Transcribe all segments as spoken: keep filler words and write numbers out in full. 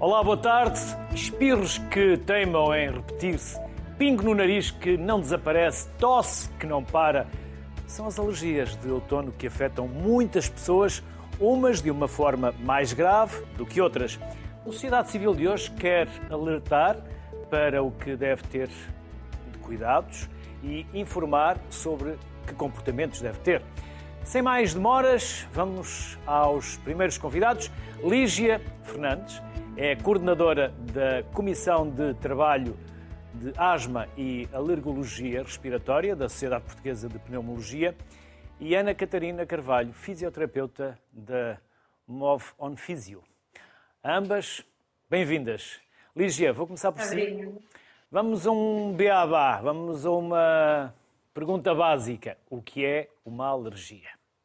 Olá, boa tarde. Espirros que teimam em repetir-se, pingo no nariz que não desaparece, tosse que não para. São as alergias de outono que afetam muitas pessoas, umas de uma forma mais grave do que outras. A sociedade civil de hoje quer alertar para o que deve ter de cuidados e informar sobre que comportamentos deve ter. Sem mais demoras, vamos aos primeiros convidados. Lígia Fernandes é coordenadora da Comissão de Trabalho de Asma e Alergologia Respiratória da Sociedade Portuguesa de Pneumologia, e Ana Catarina Carvalho, fisioterapeuta da Move On Physio. Ambas, bem-vindas. Lígia, vou começar por si. Vamos a um beabá, vamos a uma pergunta básica. O que é uma alergia?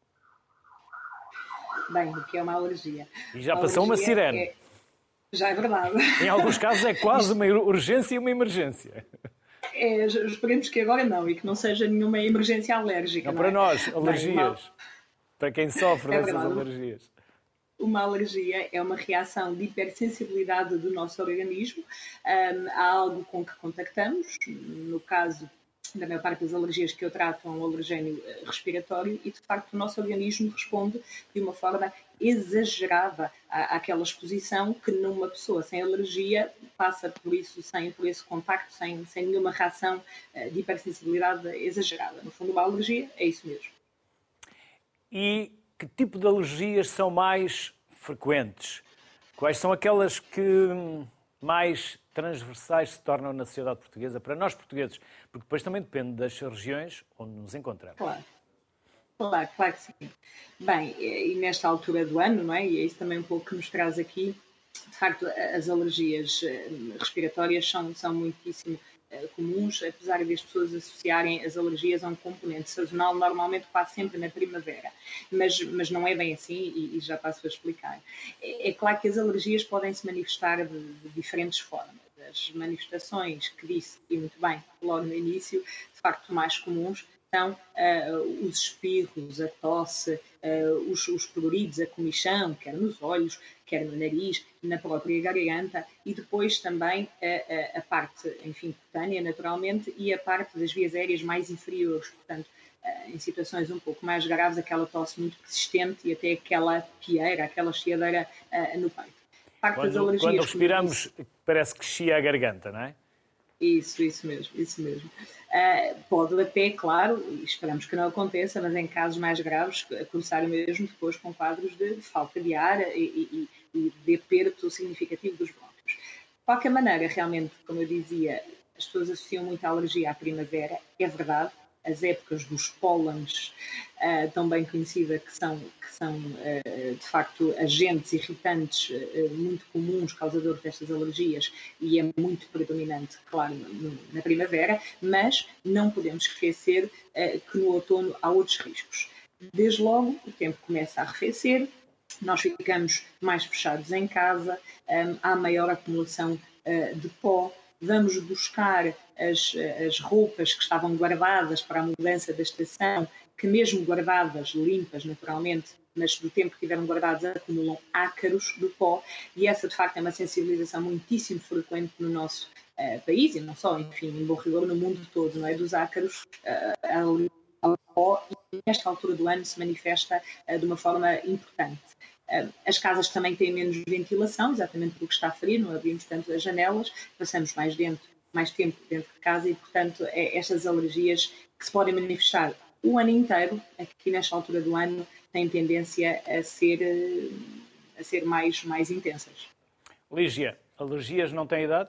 Bem, o que é uma alergia? E já passou uma sirene. É... Já é verdade. Em alguns casos é quase uma urgência e uma emergência. É, esperemos que agora não, e que não seja nenhuma emergência alérgica. Não, não para é? nós, alergias. Bem, uma... Para quem sofre é dessas verdade. alergias. Uma alergia é uma reação de hipersensibilidade do nosso organismo um, a algo com que contactamos. No caso da maior parte das alergias que eu trato, é um alergénio respiratório, e de facto o nosso organismo responde de uma forma exagerada à, àquela exposição que numa pessoa sem alergia passa por isso, sem por esse contacto, sem, sem nenhuma reação de hipersensibilidade exagerada. No fundo, uma alergia é isso mesmo. E que tipo de alergias são mais frequentes? Quais são aquelas que mais transversais se tornam na sociedade portuguesa, para nós portugueses? Porque depois também depende das regiões onde nos encontramos. Claro. Claro, claro que sim. Bem, e nesta altura do ano, não é? E é isso também um pouco que nos traz aqui, de facto, as alergias respiratórias são, são muitíssimo comuns, apesar de as pessoas associarem as alergias a um componente sazonal, normalmente quase sempre na primavera, mas, mas não é bem assim, e, e já passo a explicar. É, é claro que as alergias podem se manifestar de, de diferentes formas. As manifestações que disse, e muito bem, logo no início, de facto mais comuns, são uh, os espirros, a tosse, uh, os, os pruridos, a comichão, quer nos olhos, quer no nariz, na própria garganta, e depois também a, a, a parte, enfim, cutânea, naturalmente, e a parte das vias aéreas mais inferiores, portanto, uh, em situações um pouco mais graves, aquela tosse muito persistente e até aquela pieira, aquela chiadeira uh, no peito. Quando, quando respiramos, parece que chia a garganta, não é? Isso, isso mesmo, isso mesmo. Uh, pode até, claro, e esperamos que não aconteça, mas em casos mais graves, começar mesmo depois com quadros de, de falta de ar e, e, e de aperto significativo dos brônquios. De qualquer maneira, realmente, como eu dizia, as pessoas associam muito a alergia à primavera, é verdade. As épocas dos pólenes, uh, tão bem conhecida, que são, que são uh, de facto agentes irritantes uh, muito comuns, causadores destas alergias, e é muito predominante, claro, no, na primavera, mas não podemos esquecer uh, que no outono há outros riscos. Desde logo, o tempo começa a arrefecer, nós ficamos mais fechados em casa, um, há maior acumulação uh, de pó. Vamos buscar as, as roupas que estavam guardadas para a mudança da estação, que mesmo guardadas, limpas naturalmente, mas do tempo que estiveram guardadas acumulam ácaros do pó, e essa de facto é uma sensibilização muitíssimo frequente no nosso uh, país, e não só, enfim, em bom rigor no mundo todo, não é? Dos ácaros uh, ao pó, e nesta altura do ano se manifesta uh, de uma forma importante. As casas também têm menos ventilação, exatamente porque está frio, não abrimos tanto as janelas, passamos mais, dentro, mais tempo dentro de casa e, portanto, é estas alergias que se podem manifestar o ano inteiro, aqui nesta altura do ano, têm tendência a ser, a ser mais, mais intensas. Lígia, alergias não têm idade?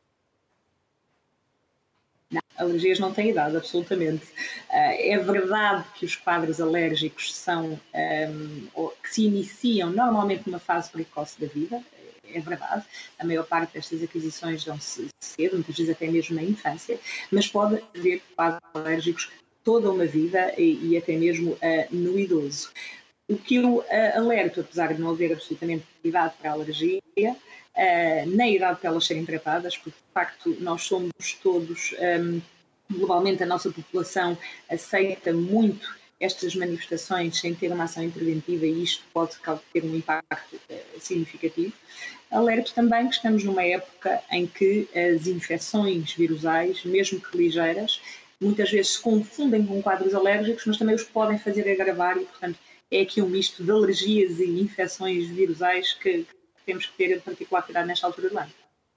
Não, alergias não têm idade, absolutamente. É verdade que os quadros alérgicos são, um, que se iniciam normalmente numa fase precoce da vida, é verdade. A maior parte destas aquisições dão-se cedo, muitas vezes até mesmo na infância, mas pode haver quadros alérgicos toda uma vida e, e até mesmo uh, no idoso. O que eu uh, alerto, apesar de não haver absolutamente idade para a alergia, Uh, na idade para elas serem tratadas, porque de facto nós somos todos, um, globalmente a nossa população aceita muito estas manifestações sem ter uma ação interventiva, e isto pode ter um impacto uh, significativo. Alerto também que estamos numa época em que as infecções virusais, mesmo que ligeiras, muitas vezes se confundem com quadros alérgicos, mas também os podem fazer agravar e, portanto, é aqui um misto de alergias e infecções virusais que, que temos que ter particular cuidado nesta altura do ano.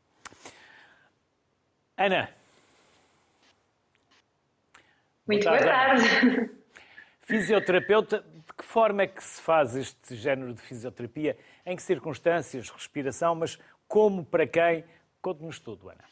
Ana. Muito boa tarde. Boa tarde. Fisioterapeuta, de que forma é que se faz este género de fisioterapia? Em que circunstâncias? Respiração, mas como, para quem? Conte-nos tudo, Ana.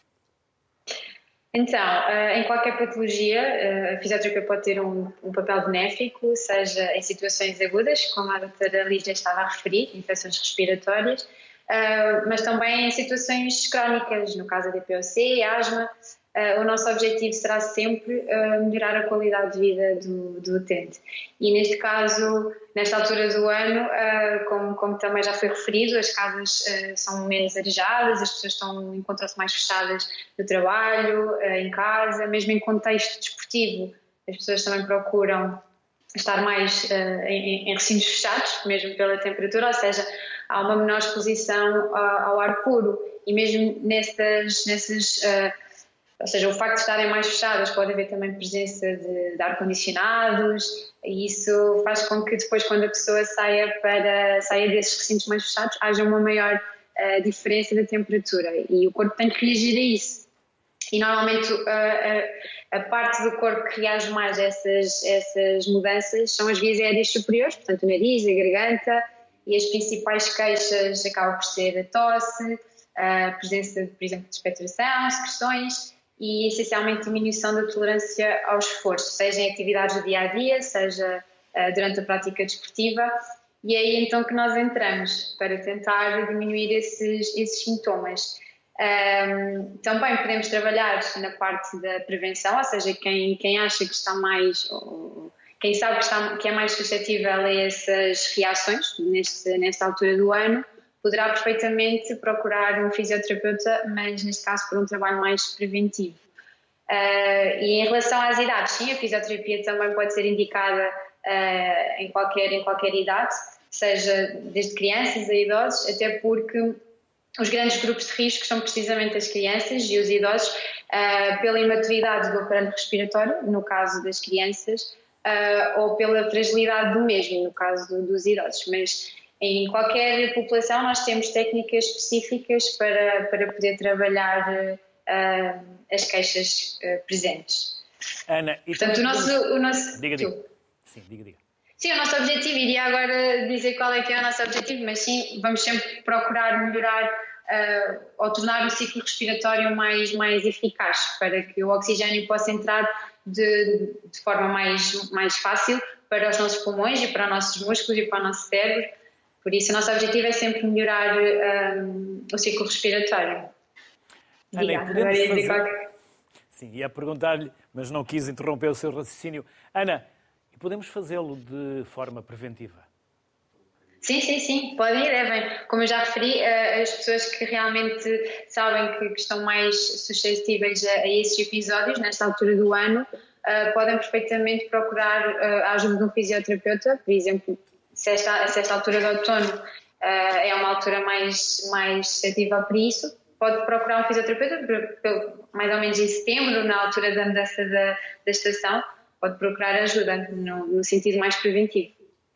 Então, em qualquer patologia, a fisioterapia pode ter um, um papel benéfico, seja em situações agudas, como a doutora Lígia estava a referir, infecções respiratórias, mas também em situações crónicas, no caso da D P O C, asma. O nosso objetivo será sempre melhorar a qualidade de vida do, do utente. E neste caso, nesta altura do ano, como, como também já foi referido, as casas são menos arejadas, as pessoas estão, encontram-se mais fechadas no trabalho, em casa, mesmo em contexto desportivo, as pessoas também procuram estar mais em, em recintos fechados, mesmo pela temperatura, ou seja, há uma menor exposição ao ar puro. E mesmo nessas... nessas Ou seja, o facto de estarem mais fechadas, pode haver também presença de, de ar-condicionados, e isso faz com que depois, quando a pessoa saia, para, saia desses recintos mais fechados, haja uma maior uh, diferença da temperatura, e o corpo tem que reagir a isso. E normalmente uh, a, a parte do corpo que reage mais a essas, essas mudanças são as vias aéreas superiores, portanto o nariz, a garganta, e as principais queixas acabam por ser a tosse, a presença, por exemplo, de expectoração, secreções, e essencialmente diminuição da tolerância ao esforço, seja em atividades do dia-a-dia, seja uh, durante a prática desportiva, e é aí então que nós entramos para tentar diminuir esses, esses sintomas. Um, também podemos trabalhar na parte da prevenção, ou seja, quem, quem acha que está mais, ou quem sabe que, está, que é mais suscetível a essas reações neste, nesta altura do ano, poderá perfeitamente procurar um fisioterapeuta, mas neste caso por um trabalho mais preventivo. Uh, e em relação às idades, sim, a fisioterapia também pode ser indicada uh, em, qualquer, em qualquer idade, seja desde crianças a idosos, até porque os grandes grupos de risco são precisamente as crianças e os idosos, uh, pela imaturidade do aparelho respiratório, no caso das crianças, uh, ou pela fragilidade do mesmo, no caso do, dos idosos. Mas em qualquer população nós temos técnicas específicas para, para poder trabalhar uh, as queixas uh, presentes. Ana, e portanto, o nosso... O nosso diga, diga. Sim, diga, diga. Sim, o nosso objetivo, iria agora dizer qual é que é o nosso objetivo, mas sim, vamos sempre procurar melhorar uh, ou tornar o ciclo respiratório mais, mais eficaz, para que o oxigênio possa entrar de, de forma mais, mais fácil para os nossos pulmões e para os nossos músculos e para o nosso cérebro. Por isso, o nosso objetivo é sempre melhorar um, o ciclo respiratório. Ana, podemos fazer... qualquer... Sim, ia perguntar-lhe, mas não quis interromper o seu raciocínio. Ana, podemos fazê-lo de forma preventiva? Sim, sim, sim, podem e devem. Como eu já referi, as pessoas que realmente sabem que estão mais suscetíveis a esses episódios, nesta altura do ano, podem perfeitamente procurar a ajuda de um fisioterapeuta, por exemplo. Se esta, se esta altura do outono uh, é uma altura mais, mais suscetível para isso, pode procurar um fisioterapeuta, mais ou menos em setembro, na altura da mudança da, da estação, pode procurar ajuda no, no sentido mais preventivo.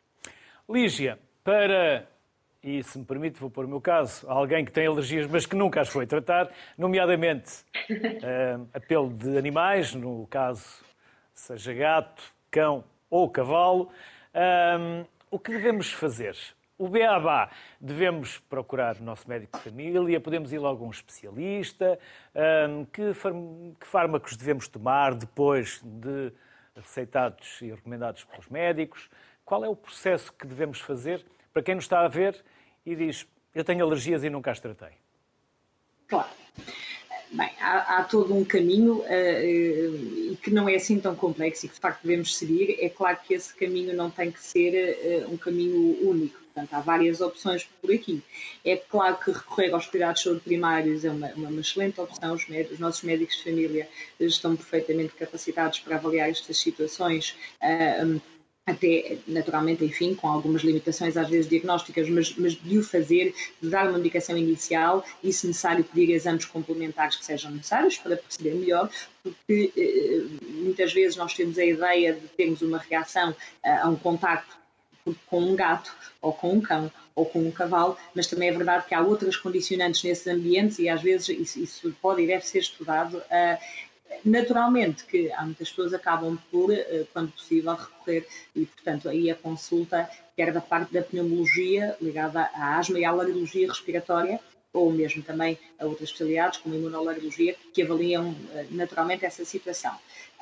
Lígia, para, e se me permite, vou pôr o meu caso, alguém que tem alergias, mas que nunca as foi tratar, nomeadamente uh, a pele de animais, no caso, seja gato, cão ou cavalo, uh, o que devemos fazer? O beabá, devemos procurar o nosso médico de família, podemos ir logo a um especialista, que fármacos devemos tomar depois de receitados e recomendados pelos médicos? Qual é o processo que devemos fazer para quem nos está a ver e diz, eu tenho alergias e nunca as tratei? Claro. Bem, há, há todo um caminho uh, uh, que não é assim tão complexo e que de facto devemos seguir. É claro que esse caminho não tem que ser uh, um caminho único, portanto há várias opções por aqui. É claro que recorrer aos cuidados de saúde primários é uma, uma, uma excelente opção, os, médicos, os nossos médicos de família estão perfeitamente capacitados para avaliar estas situações. Uh, um, até naturalmente, enfim, com algumas limitações às vezes diagnósticas, mas, mas de o fazer, de dar uma medicação inicial e, se necessário, pedir exames complementares que sejam necessários para perceber melhor, porque eh, muitas vezes nós temos a ideia de termos uma reação eh, a um contacto com um gato, ou com um cão, ou com um cavalo, mas também é verdade que há outras condicionantes nesses ambientes e às vezes isso, isso pode e deve ser estudado. Uh, naturalmente que há muitas pessoas que acabam por, uh, quando possível, recorrer e, portanto, aí a consulta, quer da parte da pneumologia ligada à asma e à alergologia respiratória, ou mesmo também a outras especialidades, como a imunoalergologia, que avaliam uh, naturalmente essa situação.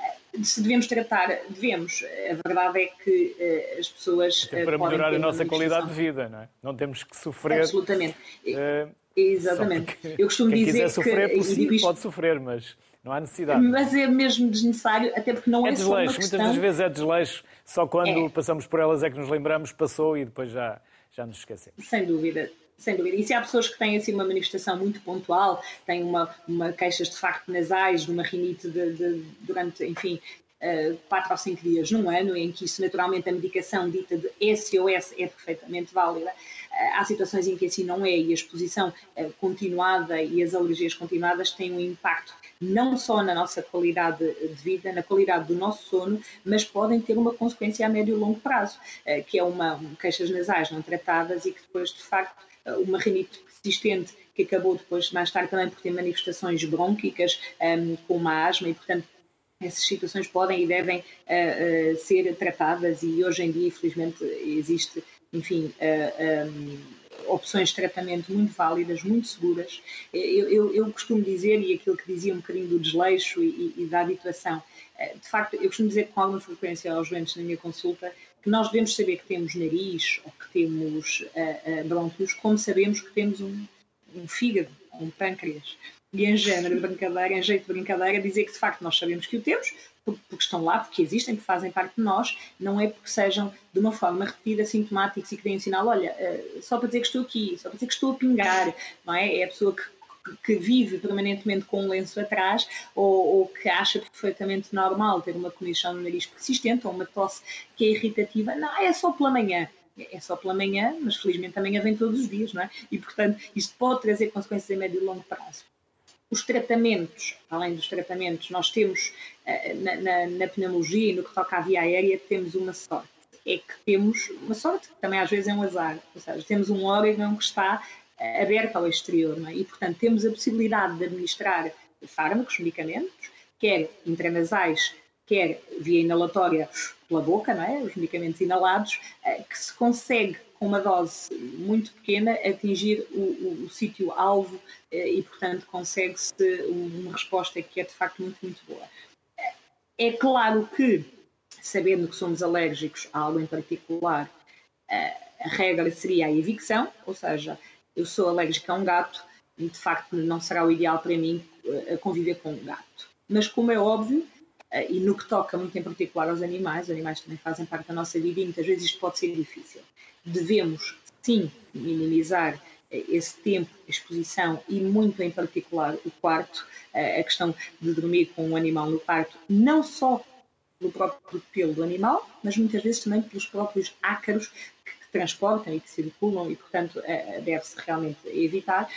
Se devemos tratar, devemos. A verdade é que uh, as pessoas Até para podem melhorar ter a nossa qualidade de manifestação. vida, não é? Não temos que sofrer. Absolutamente. Uh, Exatamente. Porque Eu costumo quem dizer quiser sofrer que, por si, isto, pode sofrer, mas não há necessidade. Mas é mesmo desnecessário, até porque não é, É só uma desleixo, questão... muitas das vezes é desleixo, só quando É. passamos por elas é que nos lembramos, passou e depois já, já nos esquecemos. Sem dúvida. Sem dúvida. E se há pessoas que têm assim uma manifestação muito pontual, têm uma, uma queixas de facto nasais, de uma rinite de, de, durante, enfim, uh, quatro ou cinco dias num ano, em que isso naturalmente a medicação dita de S O S é perfeitamente válida, uh, há situações em que assim não é e a exposição uh, continuada e as alergias continuadas têm um impacto não só na nossa qualidade de vida, na qualidade do nosso sono, mas podem ter uma consequência a médio e longo prazo, uh, que é uma um, queixas nasais não tratadas e que depois, de facto, uma rinite persistente que acabou depois, mais tarde, também por ter manifestações brônquicas, um, com uma asma e, portanto, essas situações podem e devem uh, uh, ser tratadas e hoje em dia, infelizmente, existe, enfim, uh, um, opções de tratamento muito válidas, muito seguras. Eu, eu, eu costumo dizer, e aquilo que dizia um bocadinho do desleixo e, e da habituação, uh, de facto, eu costumo dizer com alguma frequência aos doentes na minha consulta que nós devemos saber que temos nariz ou que temos uh, uh, brônquios, como sabemos que temos um, um fígado ou um pâncreas. E em género de brincadeira, em jeito de brincadeira, dizer que de facto nós sabemos que o temos, porque estão lá, porque existem, porque fazem parte de nós, não é porque sejam de uma forma repetida, sintomáticos e que deem um sinal, olha, uh, só para dizer que estou aqui, só para dizer que estou a pingar, não é? É a pessoa que que vive permanentemente com um lenço atrás ou, ou que acha perfeitamente normal ter uma comichão no nariz persistente ou uma tosse que é irritativa. Não, é só pela manhã. É só pela manhã, mas felizmente a manhã vem todos os dias, não é? E, portanto, isto pode trazer consequências a médio e longo prazo. Os tratamentos, além dos tratamentos, nós temos na, na, na pneumologia e no que toca à via aérea, temos uma sorte. É que temos uma sorte, que também às vezes é um azar. Ou seja, temos um órgão que está aberto ao exterior, não é? E, portanto, temos a possibilidade de administrar fármacos, medicamentos, quer intranasais, quer via inalatória pela boca, não é? Os medicamentos inalados, que se consegue, com uma dose muito pequena, atingir o, o, o sítio-alvo e, portanto, consegue-se uma resposta que é, de facto, muito, muito boa. É claro que, sabendo que somos alérgicos a algo em particular, a regra seria a evicção, ou seja, eu sou alérgica a um gato e, de facto, não será o ideal para mim conviver com um gato. Mas, como é óbvio, e no que toca muito em particular aos animais, os animais também fazem parte da nossa vida e muitas vezes isto pode ser difícil. Devemos, sim, minimizar esse tempo, a exposição e muito em particular o quarto, a questão de dormir com um animal no quarto, não só pelo próprio pelo do animal, mas muitas vezes também pelos próprios ácaros transportam e que circulam e, portanto, deve-se realmente evitar.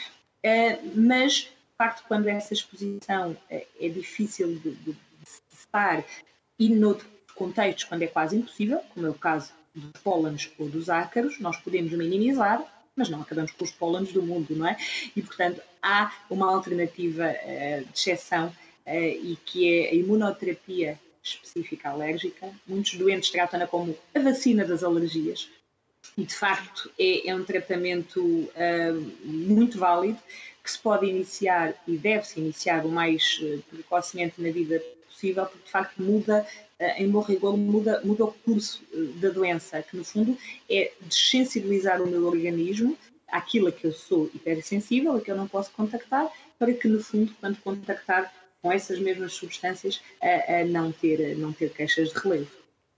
Mas, de facto, quando essa exposição é difícil de, de, de cessar e, noutros contextos, quando é quase impossível, como é o caso dos pólenes ou dos ácaros, nós podemos minimizar, mas não acabamos com os pólenes do mundo, não é? E, portanto, há uma alternativa de exceção e que é a imunoterapia específica alérgica. Muitos doentes tratam-na como a vacina das alergias. E, de facto, é, é um tratamento uh, muito válido, que se pode iniciar e deve-se iniciar o mais uh, precocemente na vida possível, porque, de facto, muda, uh, em bom rigor, muda, muda o curso uh, da doença, que, no fundo, é dessensibilizar o meu organismo àquilo a que eu sou hipersensível, a que eu não posso contactar, para que, no fundo, quando contactar com essas mesmas substâncias, uh, uh, não ter, não ter queixas de relevo.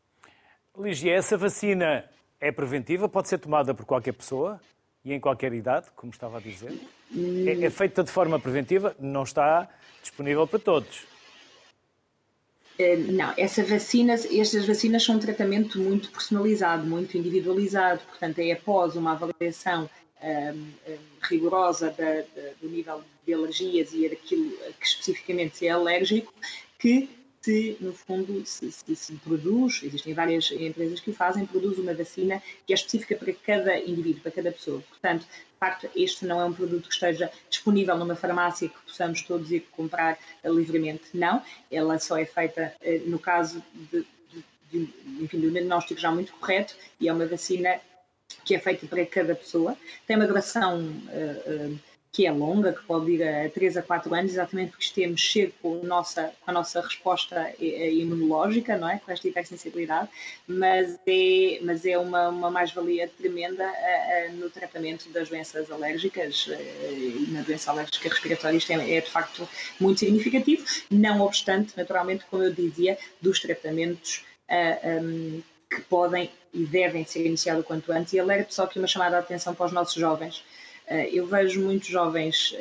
Lígia, essa vacina é preventiva? Pode ser tomada por qualquer pessoa e em qualquer idade, como estava a dizer? Hum. É, é feita de forma preventiva? Não está disponível para todos. Não, essa vacina, estas vacinas são um tratamento muito personalizado, muito individualizado, portanto é após uma avaliação um, um, rigorosa da, da, do nível de alergias e daquilo que especificamente se é alérgico, que se, no fundo, se, se, se produz, existem várias empresas que o fazem, produz uma vacina que é específica para cada indivíduo, para cada pessoa. Portanto, de facto, este não é um produto que esteja disponível numa farmácia que possamos todos ir comprar livremente, não. Ela só é feita no caso de, de, de, enfim, de um diagnóstico já muito correto e é uma vacina que é feita para cada pessoa. Tem uma duração uh, uh, que é longa, que pode ir a três a quatro anos, exatamente porque isto mexer com a nossa, com a nossa resposta imunológica, não é? Com esta hipersensibilidade, mas é, mas é uma, uma mais-valia tremenda uh, uh, no tratamento das doenças alérgicas uh, e na doença alérgica respiratória. Isto é, é de facto muito significativo, não obstante, naturalmente, como eu dizia, dos tratamentos uh, um, que podem e devem ser iniciados o quanto antes. E alerto só aqui uma chamada de atenção para os nossos jovens. Eu vejo muitos jovens,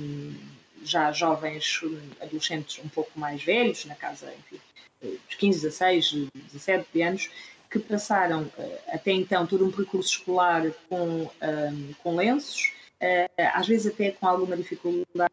já jovens adolescentes um pouco mais velhos, na casa, enfim, dos quinze, dezasseis, dezassete anos, que passaram até então todo um percurso escolar com, com lenços, às vezes até com alguma dificuldade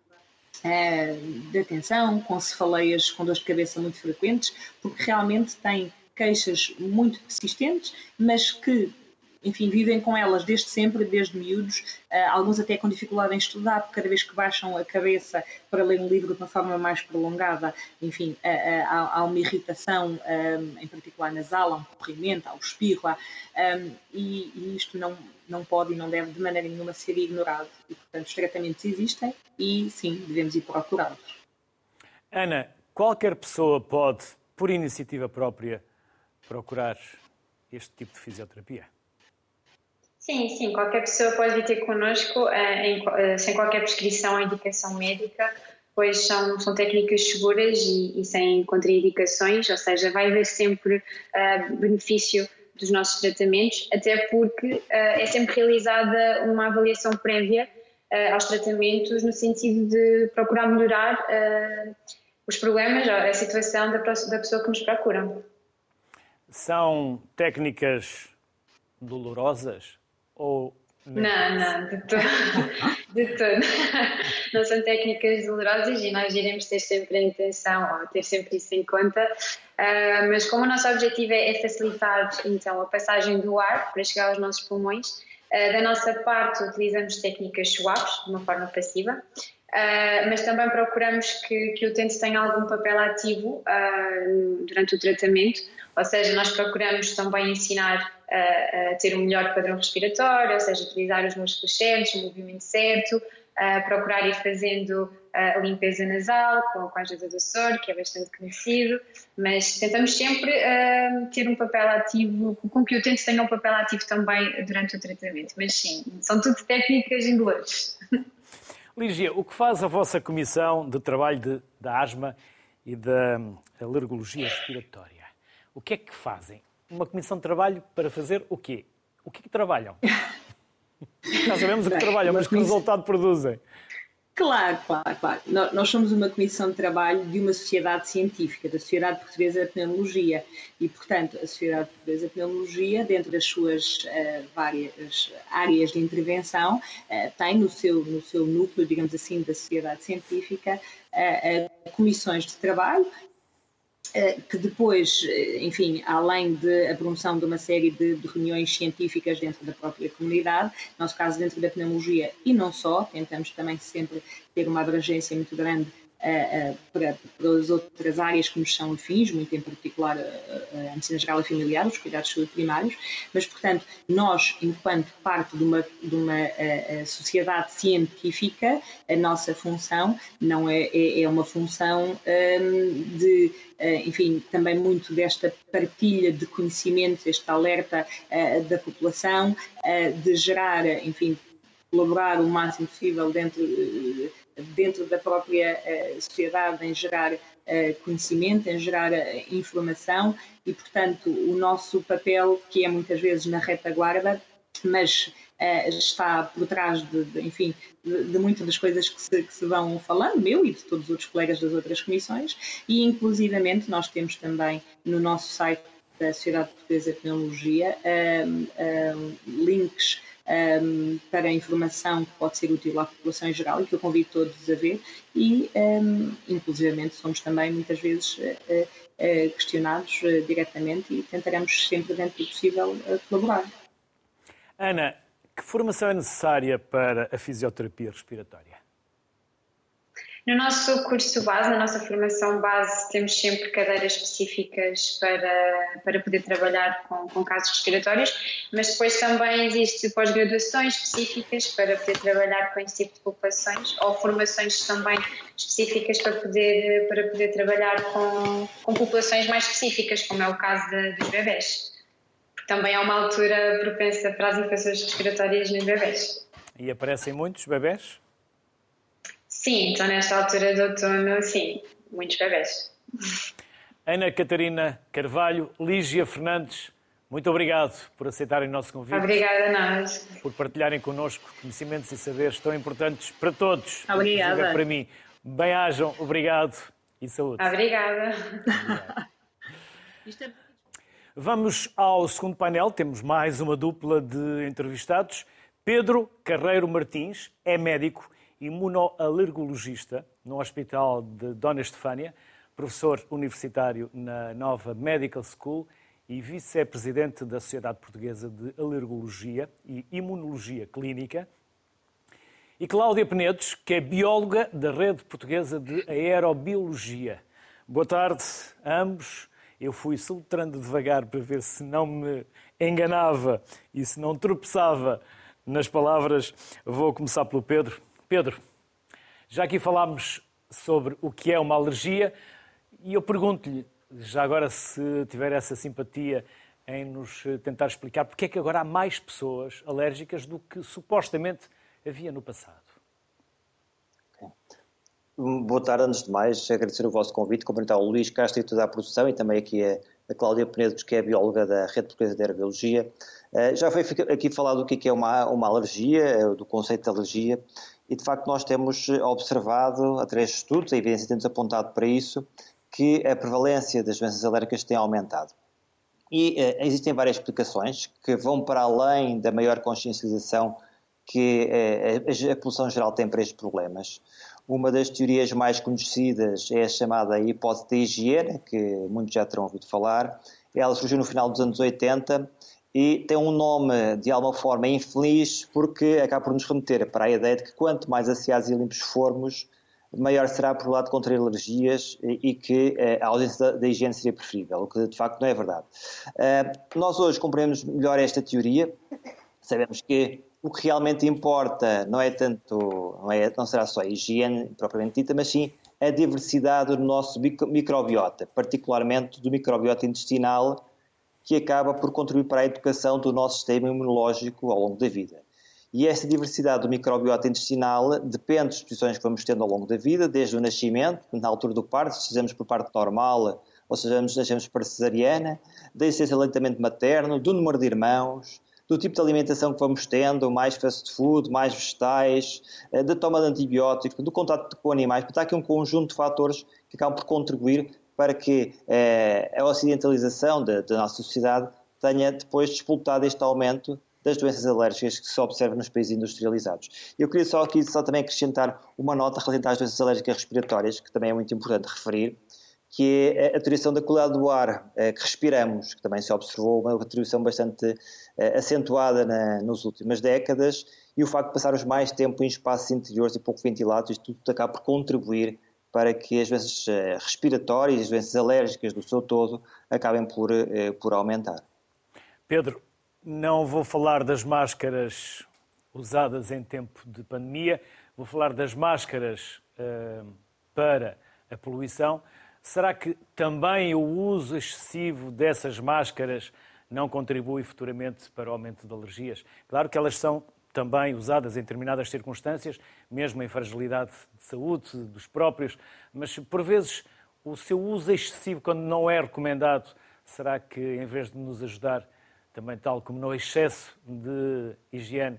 de atenção, com cefaleias, com dores de cabeça muito frequentes, porque realmente têm queixas muito persistentes, mas que, enfim, vivem com elas desde sempre, desde miúdos, uh, alguns até com dificuldade em estudar, porque cada vez que baixam a cabeça para ler um livro de uma forma mais prolongada, enfim, uh, uh, há, há uma irritação, um, em particular nasal, há um corrimento, há o espirro, há, um, e, e isto não, não pode e não deve de maneira nenhuma ser ignorado. E, portanto, os tratamentos existem e, sim, devemos ir procurá-los. Ana, qualquer pessoa pode, por iniciativa própria, procurar este tipo de fisioterapia? Sim, sim, qualquer pessoa pode vir ter connosco eh, em, eh, sem qualquer prescrição ou indicação médica, pois são, são técnicas seguras e, e sem contraindicações, ou seja, vai haver sempre eh, benefício dos nossos tratamentos, até porque eh, é sempre realizada uma avaliação prévia eh, aos tratamentos no sentido de procurar melhorar eh, os problemas, a situação da, da pessoa que nos procura. São técnicas dolorosas? Ou não, não, de todo. de todo. Não são técnicas dolorosas e nós iremos ter sempre a intenção, ou ter sempre isso em conta, uh, mas como o nosso objetivo é facilitar então a passagem do ar para chegar aos nossos pulmões, uh, da nossa parte utilizamos técnicas suaves, de uma forma passiva, uh, mas também procuramos que, que o utente tenha algum papel ativo uh, durante o tratamento, ou seja, nós procuramos também ensinar a ter um melhor padrão respiratório, ou seja, utilizar os músculos certos, o movimento certo, uh, procurar ir fazendo a limpeza nasal com, com a ajuda do soro, que é bastante conhecido, mas tentamos sempre uh, ter um papel ativo, com que o utente tenha um papel ativo também durante o tratamento, mas sim, são tudo técnicas indolores. Lígia, o que faz a vossa comissão de trabalho de, da asma e da alergologia respiratória? O que é que fazem? Uma comissão de trabalho para fazer o quê? O que é que trabalham? Já sabemos o que trabalham, mas que resultado produzem? Claro, claro, claro. Nós somos uma comissão de trabalho de uma sociedade científica, da Sociedade Portuguesa de Pneumologia. E, portanto, a Sociedade Portuguesa de Pneumologia, dentro das suas uh, várias áreas de intervenção, uh, tem no seu, no seu núcleo, digamos assim, da sociedade científica, uh, uh, comissões de trabalho, que depois, enfim, além da promoção de uma série de, de reuniões científicas dentro da própria comunidade, no nosso caso dentro da pneumologia e não só, tentamos também sempre ter uma abrangência muito grande uh, uh, para, para as outras áreas que nos são afins, muito em particular uh, a medicina geral e familiar, os cuidados de saúde primários, mas, portanto, nós, enquanto parte de uma, de uma uh, sociedade científica, a nossa função não é, é, é uma função um, de enfim, também muito desta partilha de conhecimentos, este alerta uh, da população, uh, de gerar, enfim, colaborar o máximo possível dentro, uh, dentro da própria uh, sociedade em gerar uh, conhecimento, em gerar uh, informação e, portanto, o nosso papel, que é muitas vezes na retaguarda, mas uh, está por trás de, de enfim, de, de muitas das coisas que se, que se vão falando, meu e de todos os outros colegas das outras comissões, e inclusivamente nós temos também no nosso site da Sociedade Portuguesa de Pneumologia um, um, links um, para informação que pode ser útil à população em geral e que eu convido todos a ver e, um, inclusivamente, somos também muitas vezes uh, uh, questionados uh, diretamente e tentaremos sempre, dentro do possível, uh, colaborar. Ana, que formação é necessária para a fisioterapia respiratória? No nosso curso base, na nossa formação base, temos sempre cadeiras específicas para, para poder trabalhar com, com casos respiratórios, mas depois também existe pós-graduações específicas para poder trabalhar com esse tipo de populações, ou formações também específicas para poder, para poder trabalhar com, com populações mais específicas, como é o caso de, dos bebés. Porque também há uma altura propensa para as infecções respiratórias nos bebés. E aparecem muitos bebés? Sim, então nesta altura do outono, sim, muitos bebés. Ana Catarina Carvalho, Lígia Fernandes, muito obrigado por aceitarem o nosso convite. Obrigada a nós. Por partilharem connosco conhecimentos e saberes tão importantes para todos. Obrigada. Para mim. Bem-ajam, obrigado e saúde. Obrigada. Obrigado. Vamos ao segundo painel, temos mais uma dupla de entrevistados. Pedro Carreiro Martins é médico imunoalergologista no Hospital de Dona Estefânia, professor universitário na Nova Medical School e vice-presidente da Sociedade Portuguesa de Alergologia e Imunologia Clínica. E Cláudia Penedos, que é bióloga da Rede Portuguesa de Aerobiologia. Boa tarde a ambos. Eu fui soletrando devagar para ver se não me enganava e se não tropeçava nas palavras. Vou começar pelo Pedro. Pedro, já aqui falámos sobre o que é uma alergia e eu pergunto-lhe, já agora se tiver essa simpatia em nos tentar explicar porque é que agora há mais pessoas alérgicas do que supostamente havia no passado. Boa tarde, antes de mais, agradecer o vosso convite, cumprimentar o Luís Castro e toda a produção e também aqui a, a Cláudia Penedo, que é bióloga da Rede Portuguesa de Aerobiologia. Uh, já foi aqui falado do que é uma, uma alergia, do conceito de alergia. E, de facto, nós temos observado, através de estudos, a evidência tem-nos apontado para isso, que a prevalência das doenças alérgicas tem aumentado. E eh, existem várias explicações que vão para além da maior consciencialização que eh, a, a população geral tem para estes problemas. Uma das teorias mais conhecidas é a chamada hipótese da higiene, que muitos já terão ouvido falar. Ela surgiu no final dos anos oitenta e tem um nome de alguma forma infeliz porque acaba por nos remeter para a ideia de que quanto mais asseados e limpos formos, maior será a probabilidade de contrair alergias e que a ausência da higiene seria preferível, o que de facto não é verdade. Nós hoje compreendemos melhor esta teoria, sabemos que o que realmente importa não é tanto, não, é, não será só a higiene propriamente dita, mas sim a diversidade do nosso microbiota, particularmente do microbiota intestinal, que acaba por contribuir para a educação do nosso sistema imunológico ao longo da vida. E esta diversidade do microbiota intestinal depende das exposições que vamos tendo ao longo da vida, desde o nascimento, na altura do parto, sejamos por parto normal ou sejamos, sejamos por cesariana, da existência do aleitamento materno, do número de irmãos, do tipo de alimentação que vamos tendo, mais fast food, mais vegetais, da toma de antibióticos, do contato com animais. Portanto, há aqui um conjunto de fatores que acabam por contribuir para que eh, a ocidentalização da, da nossa sociedade tenha depois disputado este aumento das doenças alérgicas que se observa nos países industrializados. Eu queria só aqui só também acrescentar uma nota relativa às doenças alérgicas respiratórias, que também é muito importante referir, que é a atribuição da qualidade do ar eh, que respiramos, que também se observou uma atribuição bastante eh, acentuada na, nas últimas décadas, e o facto de passarmos mais tempo em espaços interiores e pouco ventilados, isto tudo acaba por contribuir para que as doenças respiratórias e as doenças alérgicas do seu todo acabem por, por aumentar. Pedro, não vou falar das máscaras usadas em tempo de pandemia, vou falar das máscaras uh, para a poluição. Será que também o uso excessivo dessas máscaras não contribui futuramente para o aumento de alergias? Claro que elas são também usadas em determinadas circunstâncias, mesmo em fragilidade de saúde dos próprios, mas por vezes o seu uso excessivo, quando não é recomendado, será que em vez de nos ajudar, também tal como no excesso de higiene,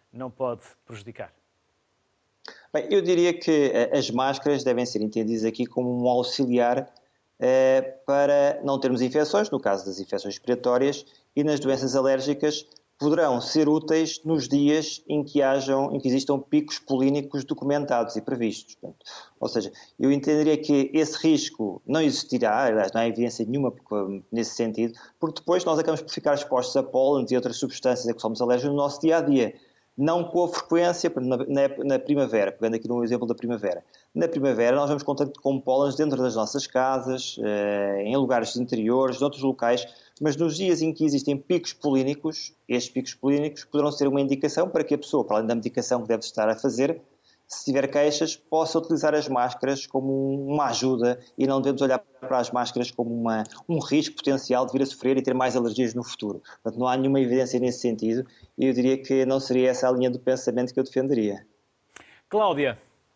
não pode prejudicar? Bem, eu diria que as máscaras devem ser entendidas aqui como um auxiliar eh, para não termos infecções, no caso das infecções respiratórias, e nas doenças alérgicas poderão ser úteis nos dias em que, hajam, em que existam picos polínicos documentados e previstos. Portanto, ou seja, eu entenderia que esse risco não existirá, aliás, não há evidência nenhuma nesse sentido, porque depois nós acabamos por ficar expostos a pólenes e outras substâncias a que somos alérgicos no nosso dia-a-dia. Não com a frequência, na, na, na primavera, pegando aqui no exemplo da primavera. Na primavera nós vamos contacto com pólenes dentro das nossas casas, eh, em lugares interiores, noutros locais, mas nos dias em que existem picos polínicos, estes picos polínicos poderão ser uma indicação para que a pessoa, para além da medicação que deve estar a fazer, se tiver queixas, possa utilizar as máscaras como uma ajuda e não devemos olhar para as máscaras como uma, um risco potencial de vir a sofrer e ter mais alergias no futuro. Portanto, não há nenhuma evidência nesse sentido e eu diria que não seria essa a linha do pensamento que eu defenderia. Cláudia,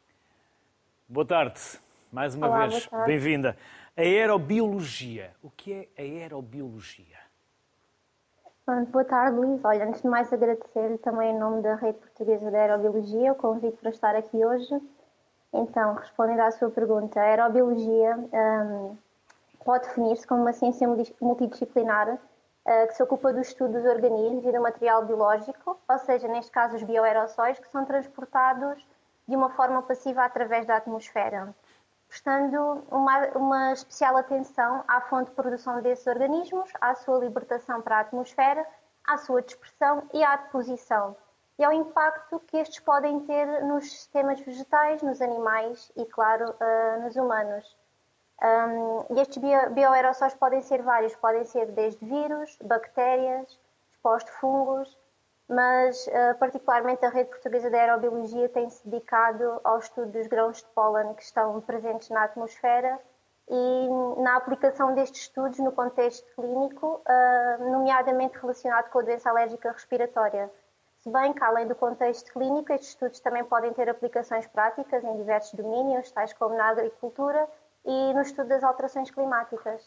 boa tarde. Mais uma Olá, vez, bem-vinda. Aerobiologia. O que é aerobiologia? Boa tarde, Luís. Olha, antes de mais agradecer-lhe também em nome da Rede Portuguesa de Aerobiologia o convite para estar aqui hoje. Então, respondendo à sua pergunta, a aerobiologia um, pode definir-se como uma ciência multidisciplinar uh, que se ocupa do estudo dos organismos e do material biológico, ou seja, neste caso os bioaerossóis, que são transportados de uma forma passiva através da atmosfera, prestando uma, uma especial atenção à fonte de produção desses organismos, à sua libertação para a atmosfera, à sua dispersão e à deposição, e ao impacto que estes podem ter nos sistemas vegetais, nos animais e, claro, uh, nos humanos. Um, e estes bio, bioaerossóis podem ser vários, podem ser desde vírus, bactérias, spores de fungos, mas uh, particularmente a Rede Portuguesa de Aerobiologia tem-se dedicado ao estudo dos grãos de pólen que estão presentes na atmosfera e na aplicação destes estudos no contexto clínico, uh, nomeadamente relacionado com a doença alérgica respiratória. Se bem que, além do contexto clínico, estes estudos também podem ter aplicações práticas em diversos domínios, tais como na agricultura e no estudo das alterações climáticas.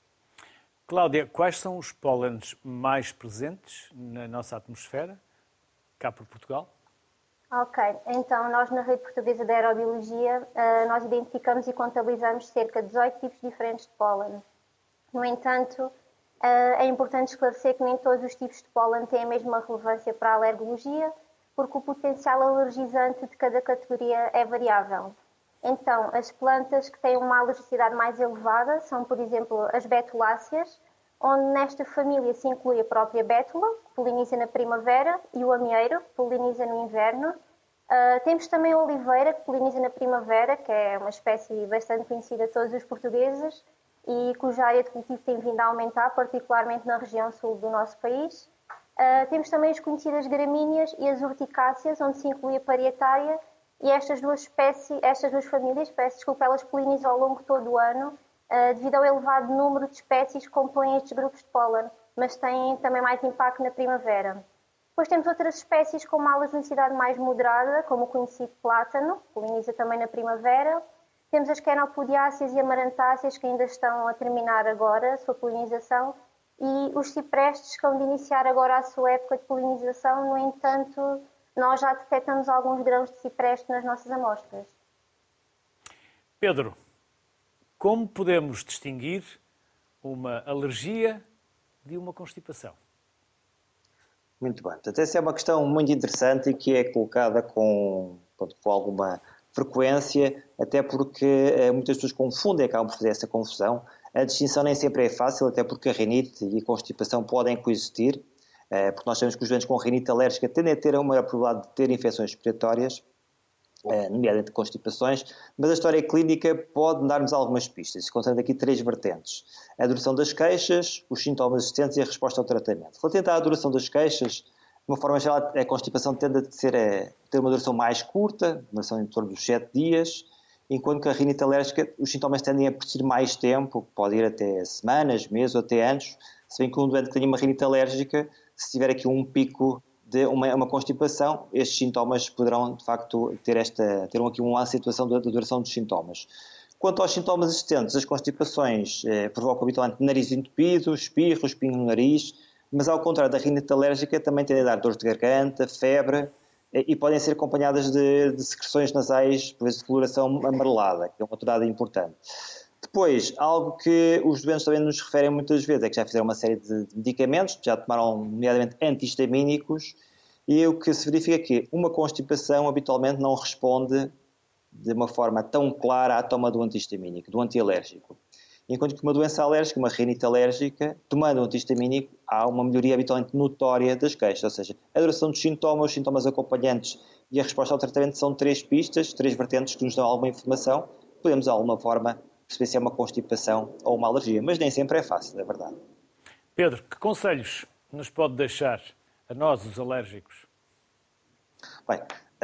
Cláudia, quais são os pólenes mais presentes na nossa atmosfera, cá por Portugal? Ok, então nós na Rede Portuguesa de Aerobiologia nós identificamos e contabilizamos cerca de dezoito tipos diferentes de pólen. No entanto, é importante esclarecer que nem todos os tipos de pólen têm a mesma relevância para a alergologia, porque o potencial alergizante de cada categoria é variável. Então, as plantas que têm uma alergicidade mais elevada são, por exemplo, as betuláceas, onde nesta família se inclui a própria bétula, que poliniza na primavera, e o amieiro, que poliniza no inverno. Uh, temos também a oliveira, que poliniza na primavera, que é uma espécie bastante conhecida a todos os portugueses e cuja área de cultivo tem vindo a aumentar, particularmente na região sul do nosso país. Uh, temos também as conhecidas gramíneas e as urticáceas, onde se inclui a parietária. E estas duas espécies, estas duas famílias, peço desculpa, elas polinizam ao longo de todo o ano, uh, devido ao elevado número de espécies que compõem estes grupos de pólen, mas têm também mais impacto na primavera. Depois temos outras espécies com uma alergenicidade mais moderada, como o conhecido plátano, que poliniza também na primavera. Temos as quenopodiáceas e amarantáceas, que ainda estão a terminar agora a sua polinização, e os ciprestes que vão de iniciar agora a sua época de polinização. No entanto, nós já detectamos alguns grãos de cipreste nas nossas amostras. Pedro, como podemos distinguir uma alergia de uma constipação? Muito bem. Portanto, essa é uma questão muito interessante e que é colocada com, com alguma frequência, até porque eh, muitas pessoas confundem, acabam por fazer essa confusão. A distinção nem sempre é fácil, até porque a rinite e a constipação podem coexistir, eh, porque nós sabemos que os doentes com rinite alérgica tendem a ter a maior probabilidade de ter infecções respiratórias, eh, nomeadamente constipações, mas a história clínica pode dar-nos algumas pistas. Encontrando aqui três vertentes: a duração das queixas, os sintomas existentes e a resposta ao tratamento. Relativamente à duração das queixas, de uma forma geral, a constipação tende a ser, a ter uma duração mais curta, uma duração em torno dos sete dias, enquanto que a rinite alérgica, os sintomas tendem a persistir mais tempo, pode ir até semanas, meses ou até anos, se bem que um doente que tenha uma rinite alérgica, se tiver aqui um pico de uma, uma constipação, estes sintomas poderão, de facto, ter, esta, ter aqui uma situação da duração dos sintomas. Quanto aos sintomas existentes, as constipações eh, provocam habitualmente nariz entupido, espirro, espinho no nariz, mas ao contrário da rinite alérgica também tende a dar dores de garganta, febre, e podem ser acompanhadas de, de secreções nasais, por vezes de coloração amarelada, que é uma dado importante. Depois, algo que os doentes também nos referem muitas vezes é que já fizeram uma série de medicamentos, já tomaram nomeadamente antihistamínicos, e o que se verifica é que uma constipação habitualmente não responde de uma forma tão clara à toma do antihistamínico, do antialérgico. Enquanto que uma doença alérgica, uma rinite alérgica, tomando um antihistamínico, há uma melhoria habitualmente notória das queixas, ou seja, a duração dos sintomas, os sintomas acompanhantes e a resposta ao tratamento são três pistas, três vertentes que nos dão alguma informação. Podemos, de alguma forma, perceber se é uma constipação ou uma alergia, mas nem sempre é fácil, é verdade. Pedro, que conselhos nos pode deixar a nós, os alérgicos? Bem,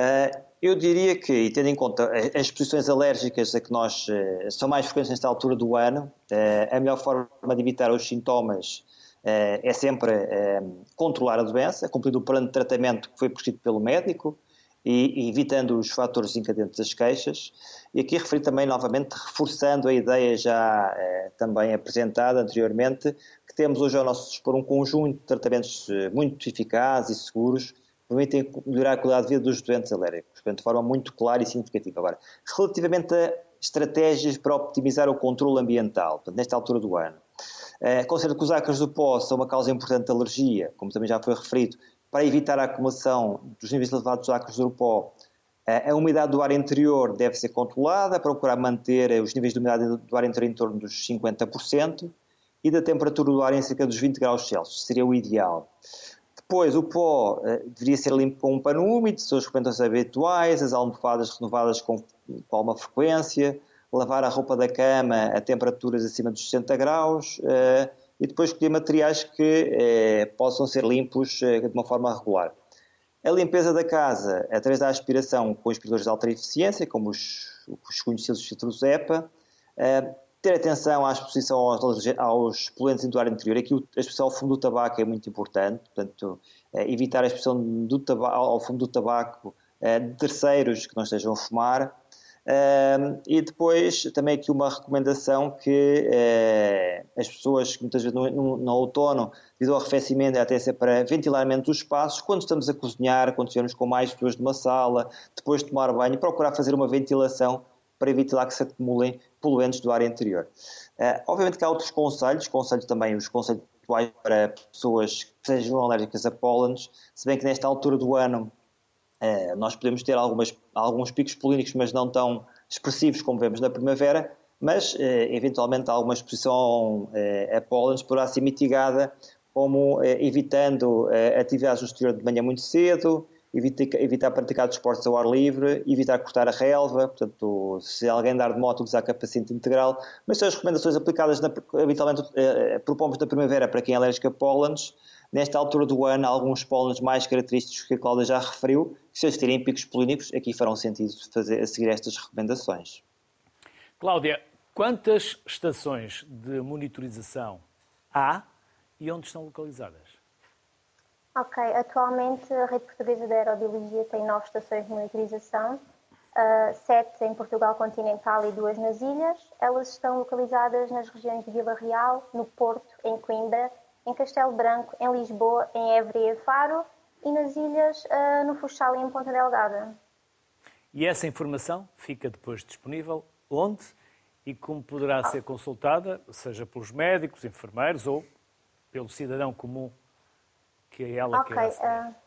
eu diria que, e tendo em conta as exposições alérgicas a que nós são mais frequentes nesta altura do ano, a melhor forma de evitar os sintomas é sempre controlar a doença, cumprir o plano de tratamento que foi prescrito pelo médico e evitando os fatores desencadeantes das queixas. E aqui referi também, novamente, reforçando a ideia já também apresentada anteriormente, que temos hoje ao nosso dispor um conjunto de tratamentos muito eficazes e seguros que permitem melhorar a qualidade de vida dos doentes alérgicos, portanto, de forma muito clara e significativa. Agora, relativamente a estratégias para optimizar o controle ambiental, portanto, nesta altura do ano, eh, considero que os ácaros do pó são uma causa importante de alergia, como também já foi referido, para evitar a acumulação dos níveis elevados de ácaros do pó. Eh, a umidade do ar interior deve ser controlada, para procurar manter os níveis de umidade do ar interior em torno dos cinquenta por cento e da temperatura do ar em cerca dos vinte graus Celsius, seria o ideal. Depois, o pó uh, deveria ser limpo com um pano úmido, suas recomendações habituais, as almofadas renovadas com, com alguma frequência, lavar a roupa da cama a temperaturas acima dos sessenta graus uh, e depois escolher materiais que uh, possam ser limpos uh, de uma forma regular. A limpeza da casa através da aspiração com aspiradores de alta eficiência, como os, os conhecidos filtros EPA, uh, ter atenção à exposição aos, aos poluentes do ar interior. Aqui a exposição ao fumo do tabaco é muito importante, portanto, evitar a exposição do tabaco, ao fumo do tabaco de terceiros que não estejam a fumar. E depois também aqui uma recomendação que as pessoas que muitas vezes no, no, no outono, devido ao arrefecimento, é até ser para ventilar menos os espaços, quando estamos a cozinhar, quando estivermos com mais pessoas numa sala, depois de tomar banho, procurar fazer uma ventilação para evitar que se acumulem poluentes do ar interior. Uh, obviamente que há outros conselhos, conselhos também os conselhos atuais para pessoas que sejam alérgicas a pólenes, se bem que nesta altura do ano uh, nós podemos ter algumas, alguns picos polínicos, mas não tão expressivos como vemos na primavera, mas uh, eventualmente alguma exposição uh, a pólenes poderá ser mitigada, como uh, evitando uh, atividades no exterior de manhã muito cedo, Evitar, evitar praticar desportos ao ar livre, evitar cortar a relva, portanto, se alguém andar de moto, usar capacete integral, mas são as recomendações aplicadas, na, habitualmente eh, propomos na primavera para quem é alérgico a pólenes. Nesta altura do ano, alguns pólenes mais característicos que a Cláudia já referiu, que se eles tirem picos polínicos, aqui farão sentido fazer, a seguir estas recomendações. Cláudia, quantas estações de monitorização há e onde estão localizadas? Ok, atualmente a Rede Portuguesa de Aerobiologia tem nove estações de monitorização, uh, sete em Portugal continental e duas nas ilhas. Elas estão localizadas nas regiões de Vila Real, no Porto, em Coimbra, em Castelo Branco, em Lisboa, em Évora e Faro e nas ilhas uh, no Funchal e em Ponta Delgada. E essa informação fica depois disponível onde e como poderá ser consultada, seja pelos médicos, enfermeiros ou pelo cidadão comum que é ela okay, que é uh,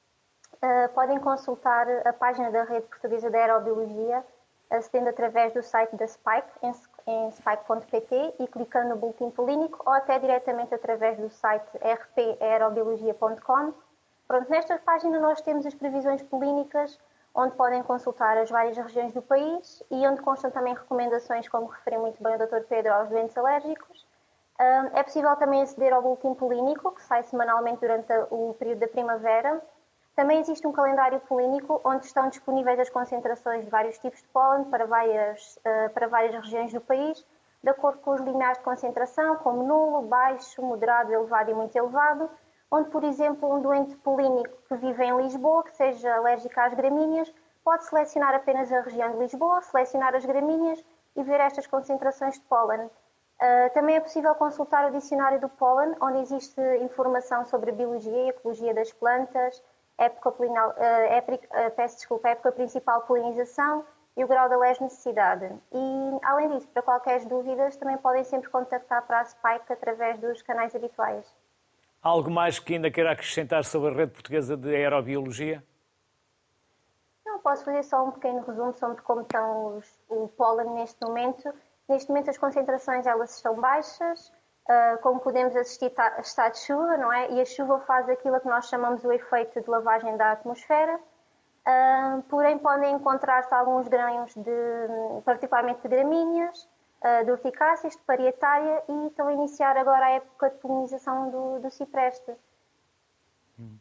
uh, podem consultar a página da Rede Portuguesa de Aerobiologia, acedendo através do site da Spike, em, em spike ponto pt, e clicando no boletim polínico, ou até diretamente através do site r p aerobiologia ponto com. Pronto, nesta página nós temos as previsões polínicas, onde podem consultar as várias regiões do país e onde constam também recomendações, como referiu muito bem o doutor Pedro, aos doentes alérgicos. É possível também aceder ao boletim polínico, que sai semanalmente durante o período da primavera. Também existe um calendário polínico, onde estão disponíveis as concentrações de vários tipos de pólen para várias, para várias regiões do país, de acordo com os limiares de concentração, como nulo, baixo, moderado, elevado e muito elevado, onde, por exemplo, um doente polínico que vive em Lisboa, que seja alérgico às gramíneas, pode selecionar apenas a região de Lisboa, selecionar as gramíneas e ver estas concentrações de pólen. Uh, também é possível consultar o dicionário do pólen, onde existe informação sobre a biologia e ecologia das plantas época, polinal, época, peço desculpa, época principal de polinização e o grau de alergenicidade. E, além disso, para qualquer dúvidas, também podem sempre contactar para a Spike através dos canais habituais. Há algo mais que ainda queira acrescentar sobre a Rede Portuguesa de Aerobiologia? Não, posso fazer só um pequeno resumo sobre como estão os, o pólen neste momento. Neste momento as concentrações elas estão baixas, uh, como podemos assistir está de chuva, não é? E a chuva faz aquilo que nós chamamos o efeito de lavagem da atmosfera. Uh, porém podem encontrar-se alguns grãos, de, particularmente de gramíneas, uh, de urticáceas, de parietária, e estão a iniciar agora a época de polinização do, do cipreste. Hum.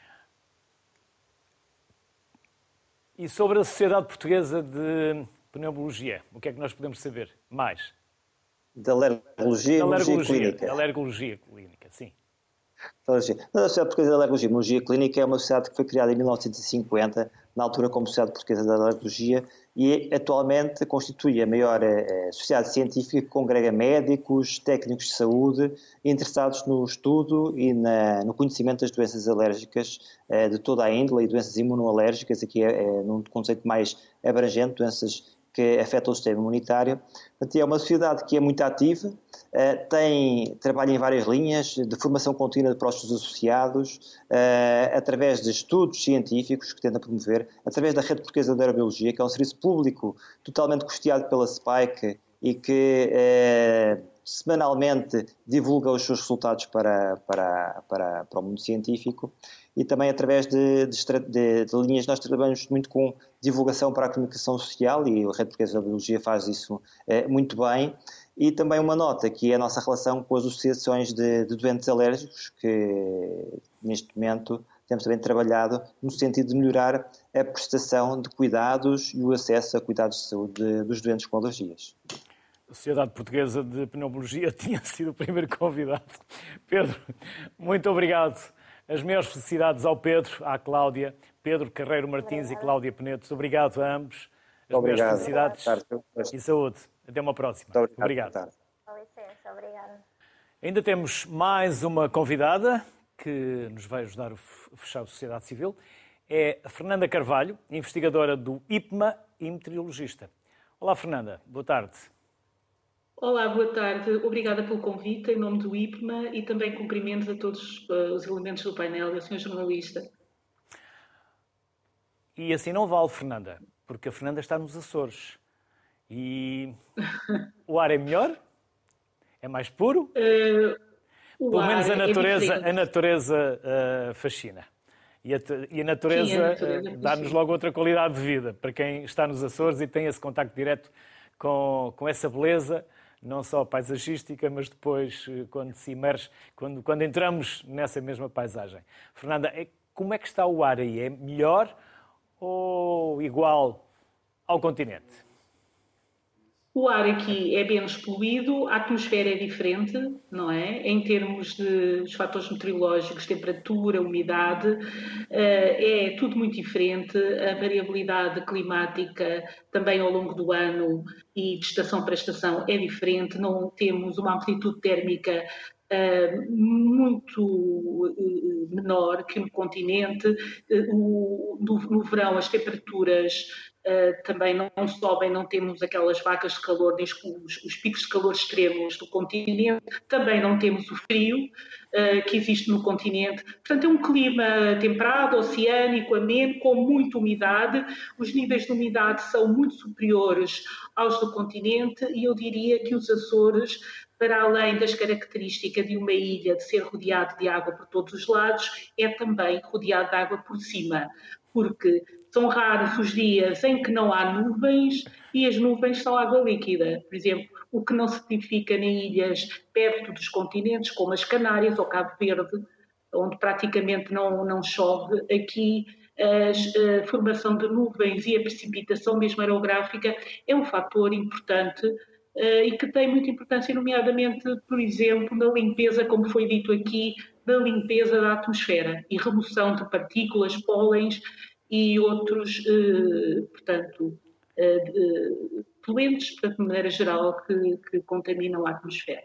E sobre a Sociedade Portuguesa de Pneumologia, o que é que nós podemos saber mais? Da alergologia e imunologia clínica. Da alergologia clínica, sim. A Sociedade Portuguesa de Alergologia e Imunologia Clínica é uma sociedade que foi criada em mil novecentos e cinquenta, na altura como Sociedade Portuguesa de Alergologia, e atualmente constitui a maior eh, sociedade científica que congrega médicos, técnicos de saúde, interessados no estudo e na, no conhecimento das doenças alérgicas eh, de toda a índole e doenças imunoalérgicas, aqui é, é num conceito mais abrangente, doenças que afetam o sistema imunitário. Portanto, é uma sociedade que é muito ativa, tem, trabalha em várias linhas de formação contínua para os seus associados, através de estudos científicos que tenta promover, através da Rede Portuguesa de Aerobiologia, que é um serviço público totalmente custeado pela Spike e que eh, semanalmente divulga os seus resultados para, para, para, para o mundo científico. E também através de, de, de, de linhas, nós trabalhamos muito com divulgação para a comunicação social e a Rede Portuguesa de Aerobiologia faz isso eh, muito bem. E também uma nota que é a nossa relação com as associações de, de doentes alérgicos, que neste momento temos também trabalhado no sentido de melhorar a prestação de cuidados e o acesso a cuidados de saúde dos doentes com alergias. A Sociedade Portuguesa de Pneumologia tinha sido o primeiro convidado. Pedro, muito obrigado. As maiores felicidades ao Pedro, à Cláudia, Pedro Carreiro Martins e Cláudia Penedo. Obrigado a ambos. As obrigado. Maiores felicidades e saúde. Até uma próxima. Muito obrigado. Obrigado. Com licença, obrigada. Ainda temos mais uma convidada que nos vai ajudar a fechar a sociedade civil. É a Fernanda Carvalho, investigadora do I P M A e meteorologista. Olá, Fernanda. Boa tarde. Olá, boa tarde. Obrigada pelo convite em nome do I P M A e também cumprimentos a todos os elementos do painel e ao senhor jornalista. E assim não vale, Fernanda, porque a Fernanda está nos Açores. E o ar é melhor? É mais puro? Uh, Pelo menos a natureza, é a natureza uh, fascina. E a, e a natureza, Sim, a natureza uh, dá-nos logo outra qualidade de vida. Para quem está nos Açores e tem esse contacto direto com, com essa beleza, não só paisagística, mas depois quando se imerge, quando, quando entramos nessa mesma paisagem. Fernanda, como é que está o ar aí? É melhor ou igual ao continente? O ar aqui é menos poluído, a atmosfera é diferente, não é? Em termos de os fatores meteorológicos, temperatura, umidade, é tudo muito diferente. A variabilidade climática também ao longo do ano e de estação para estação é diferente. Não temos uma amplitude térmica muito menor que no continente. No verão as temperaturas Uh, também não sobem, não temos aquelas vacas de calor, nem os, os picos de calor extremos do continente, também não temos o frio uh, que existe no continente. Portanto, é um clima temperado, oceânico, ameno, com muita umidade. Os níveis de umidade são muito superiores aos do continente e eu diria que os Açores, para além das características de uma ilha de ser rodeado de água por todos os lados, é também rodeado de água por cima, porque são raros os dias em que não há nuvens e as nuvens são água líquida. Por exemplo, o que não se verifica em ilhas perto dos continentes, como as Canárias ou Cabo Verde, onde praticamente não, não chove. Aqui a, a formação de nuvens e a precipitação mesmo aerográfica é um fator importante uh, e que tem muita importância, nomeadamente, por exemplo, na limpeza, como foi dito aqui, da limpeza da atmosfera e remoção de partículas, pólens e outros, eh, portanto, eh, eh, poluentes, portanto, de maneira geral, que, que contaminam a atmosfera.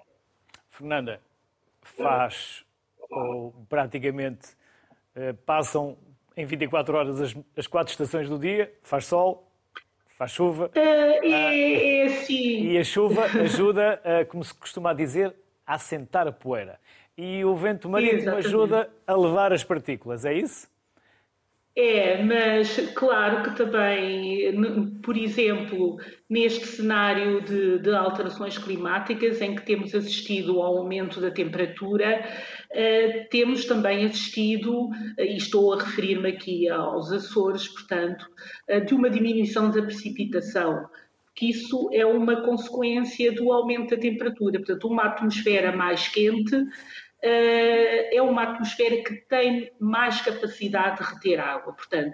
Fernanda, faz, ou praticamente, eh, passam em vinte e quatro horas as, as quatro estações do dia, faz sol, faz chuva. Uh, é, é assim. E a chuva ajuda, uh, como se costuma dizer, a assentar a poeira. E o vento marítimo Exatamente. Ajuda a levar as partículas, é isso? É, mas claro que também, por exemplo, neste cenário de, de alterações climáticas em que temos assistido ao aumento da temperatura, eh, temos também assistido, e estou a referir-me aqui aos Açores, portanto, eh, de uma diminuição da precipitação, que isso é uma consequência do aumento da temperatura. Portanto, uma atmosfera mais quente é uma atmosfera que tem mais capacidade de reter água. Portanto,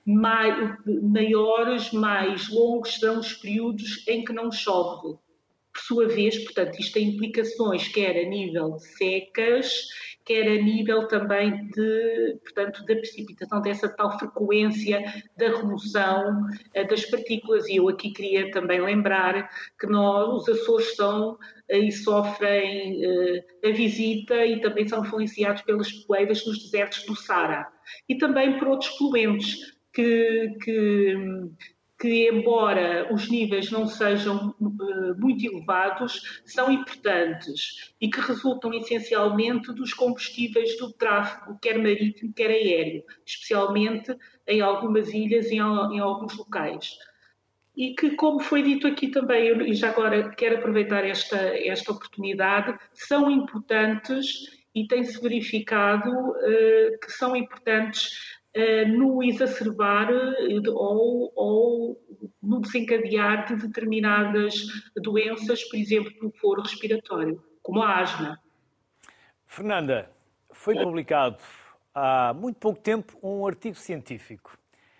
maiores, mais longos serão os períodos em que não chove. Por sua vez, portanto, isto tem implicações quer a nível de secas, quer a nível também de, portanto, da precipitação, dessa tal frequência da remoção uh, das partículas. E eu aqui queria também lembrar que nós, os Açores, são uh, e sofrem uh, a visita e também são influenciados pelas poeiras nos desertos do Saara. E também por outros poluentes que... que que, embora os níveis não sejam uh, muito elevados, são importantes e que resultam essencialmente dos combustíveis do tráfego, quer marítimo, quer aéreo, especialmente em algumas ilhas e em, em alguns locais. E que, como foi dito aqui também, eu, e já agora quero aproveitar esta, esta oportunidade, são importantes e tem-se verificado uh, que são importantes Uh, no exacerbar uh, ou, ou no desencadear de determinadas doenças, por exemplo, no foro respiratório, como a asma. Fernanda, foi publicado há muito pouco tempo um artigo científico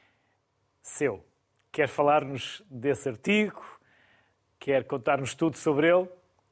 seu. Quer falar-nos desse artigo? Quer contar-nos tudo sobre ele?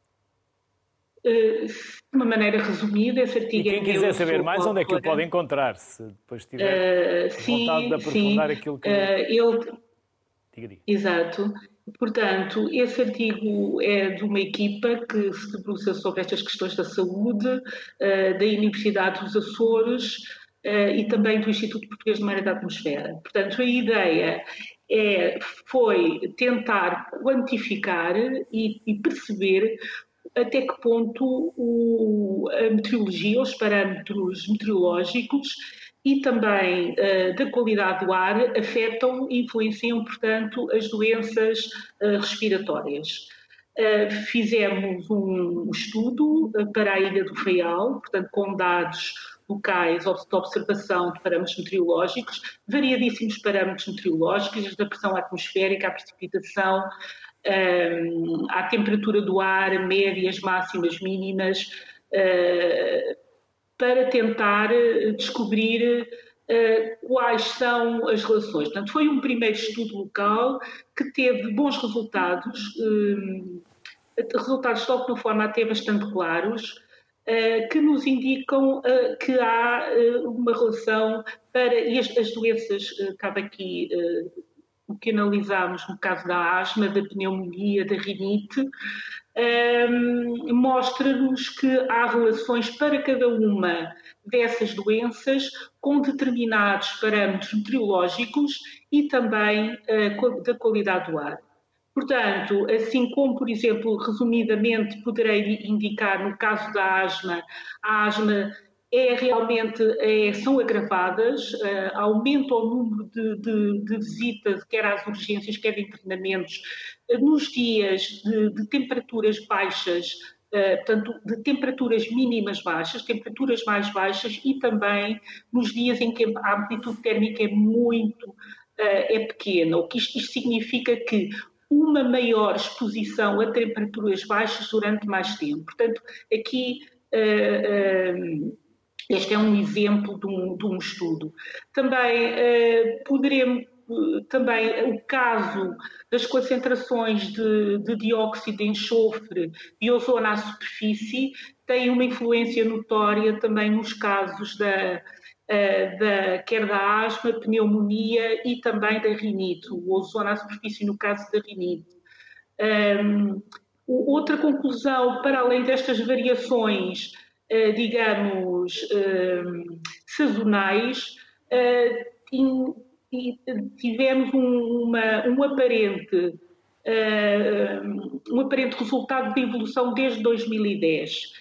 De uma maneira resumida, esse artigo e quem é quiser saber mais, onde é que o pode encontrar? Se depois tiver uh, sim, vontade de aprofundar sim. aquilo que... Uh, ele... diga, diga. Exato. Portanto, esse artigo é de uma equipa que se debruça sobre estas questões da saúde, uh, da Universidade dos Açores uh, e também do Instituto Português de Mar e da Atmosfera. Portanto, a ideia é, foi tentar quantificar e, e perceber até que ponto o, a meteorologia, os parâmetros meteorológicos e também uh, da qualidade do ar afetam e influenciam, portanto, as doenças uh, respiratórias. Uh, fizemos um estudo uh, para a Ilha do Faial, portanto, com dados locais de observação de parâmetros meteorológicos, variadíssimos parâmetros meteorológicos, desde a pressão atmosférica, a precipitação, Um, à temperatura do ar, médias, máximas, mínimas, uh, para tentar descobrir uh, quais são as relações. Portanto, foi um primeiro estudo local que teve bons resultados, um, resultados de alguma forma até bastante claros, uh, que nos indicam uh, que há uh, uma relação para, e as, as doenças, uh, cabe aqui uh, o que analisámos no caso da asma, da pneumonia, da rinite, um, mostra-nos que há relações para cada uma dessas doenças com determinados parâmetros meteorológicos e também uh, da qualidade do ar. Portanto, assim como, por exemplo, resumidamente poderei indicar no caso da asma, a asma é realmente, é, são agravadas, uh, aumenta o número de, de, de visitas, quer às urgências, quer de internamentos, uh, nos dias de, de temperaturas baixas, uh, portanto, de temperaturas mínimas baixas, temperaturas mais baixas e também nos dias em que a amplitude térmica é muito, uh, é pequena, o que isto, isto significa que uma maior exposição a temperaturas baixas durante mais tempo. Portanto, aqui... Uh, uh, Este é um exemplo de um, de um estudo. Também eh, poderemos, também o caso das concentrações de, de dióxido de enxofre e ozono à superfície tem uma influência notória também nos casos da, da, quer da asma, pneumonia e também da rinite, o ozono à superfície no caso da rinite. Um, outra conclusão, para além destas variações, Uh, digamos, uh, sazonais, tivemos um, uma, um, aparente, um aparente resultado de evolução desde dois mil e dez.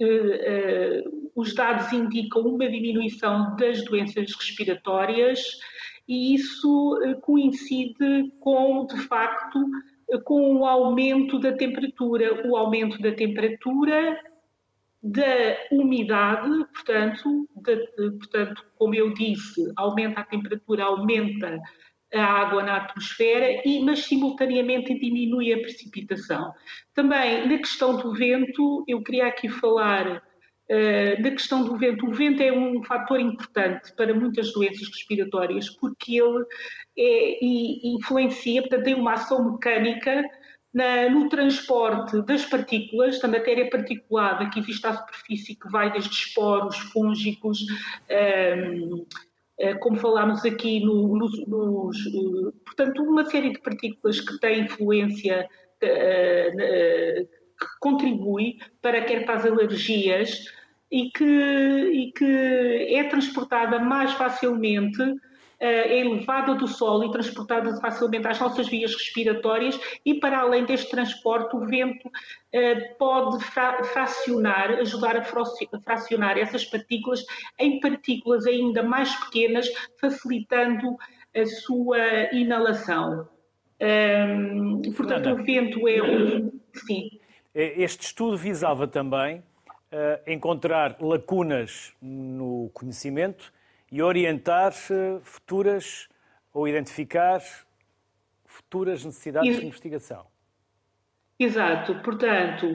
Os dados indicam uma diminuição das doenças respiratórias e isso coincide com, de facto, com o aumento da temperatura, o aumento da temperatura, da umidade, portanto, de, portanto, como eu disse, aumenta a temperatura, aumenta a água na atmosfera, e, mas simultaneamente diminui a precipitação. Também na questão do vento, eu queria aqui falar uh, da questão do vento. O vento é um fator importante para muitas doenças respiratórias porque ele é, e influencia, portanto, tem uma ação mecânica Na, no transporte das partículas, da matéria particulada que existe à superfície, que vai desde esporos, fúngicos, um, como falámos aqui, no, nos, nos, portanto, uma série de partículas que têm influência, uh, uh, que contribui para quer para as alergias e que, e que é transportada mais facilmente, é elevada do solo e transportada facilmente às nossas vias respiratórias, e para além deste transporte o vento pode fracionar, ajudar a fracionar essas partículas em partículas ainda mais pequenas, facilitando a sua inalação. Portanto, o vento é um... Sim. Este estudo visava também encontrar lacunas no conhecimento e orientar futuras, ou identificar futuras necessidades Ex- de investigação. Exato. Portanto,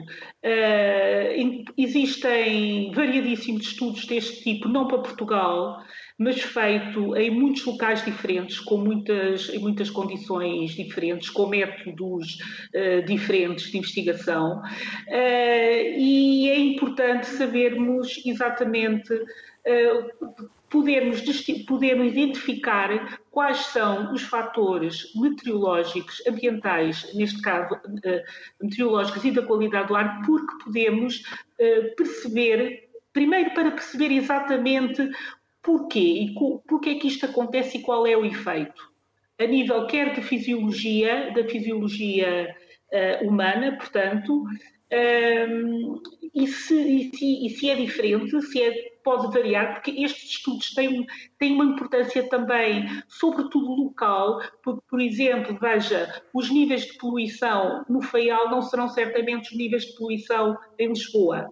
uh, existem variadíssimos estudos deste tipo, não para Portugal, mas feito em muitos locais diferentes, com muitas, em muitas condições diferentes, com métodos uh, diferentes de investigação. Uh, e é importante sabermos exatamente... Uh, Podermos, podermos identificar quais são os fatores meteorológicos, ambientais, neste caso meteorológicos, e da qualidade do ar, porque podemos perceber, primeiro para perceber exatamente porquê, e porquê é que isto acontece e qual é o efeito, a nível quer de fisiologia, da fisiologia humana, portanto, Um, e, se, e, se, e se é diferente, se é, pode variar, porque estes estudos têm, têm uma importância também, sobretudo local, porque, por exemplo, veja, os níveis de poluição no Faial não serão certamente os níveis de poluição em Lisboa.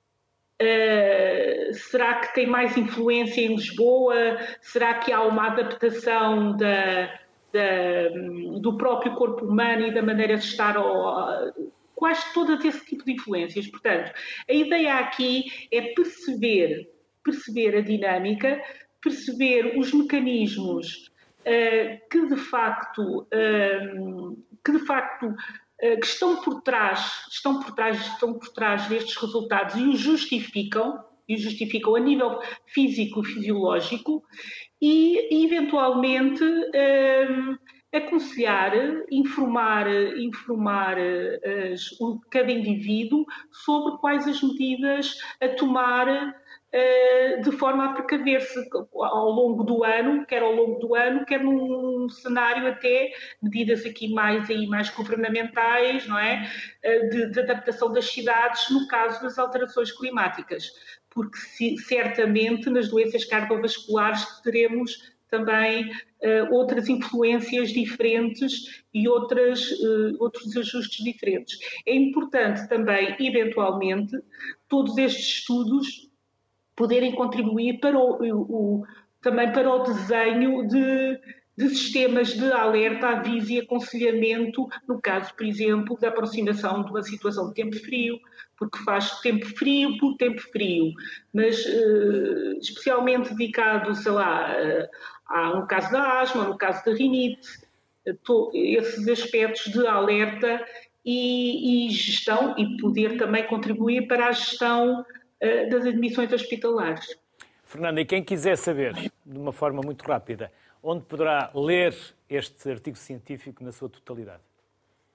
Uh, será que tem mais influência em Lisboa? Será que há uma adaptação da, da, do próprio corpo humano e da maneira de estar ao... Quase todo esse tipo de influências. Portanto, a ideia aqui é perceber, perceber a dinâmica, perceber os mecanismos uh, que de facto, uh, que, de facto uh, que estão por trás, estão por trás, estão por trás destes resultados e os justificam, e os justificam a nível físico-fisiológico e, eventualmente, uh, aconselhar, informar, informar as, cada indivíduo sobre quais as medidas a tomar uh, de forma a precaver-se ao longo do ano, quer ao longo do ano, quer num cenário até medidas aqui mais, aí, mais governamentais, não é? Uh, de, de adaptação das cidades no caso das alterações climáticas, porque se, certamente nas doenças cardiovasculares teremos também uh, outras influências diferentes e outras, uh, outros ajustes diferentes. É importante também, eventualmente, todos estes estudos poderem contribuir para o, o, também para o desenho de, de sistemas de alerta, aviso e aconselhamento, no caso, por exemplo, da aproximação de uma situação de tempo frio, porque faz tempo frio por tempo frio, mas uh, especialmente dedicado, sei lá, uh, Há no caso da asma, no caso da rinite, esses aspectos de alerta e, e gestão, e poder também contribuir para a gestão uh, das admissões hospitalares. Fernanda, e quem quiser saber, de uma forma muito rápida, onde poderá ler este artigo científico na sua totalidade?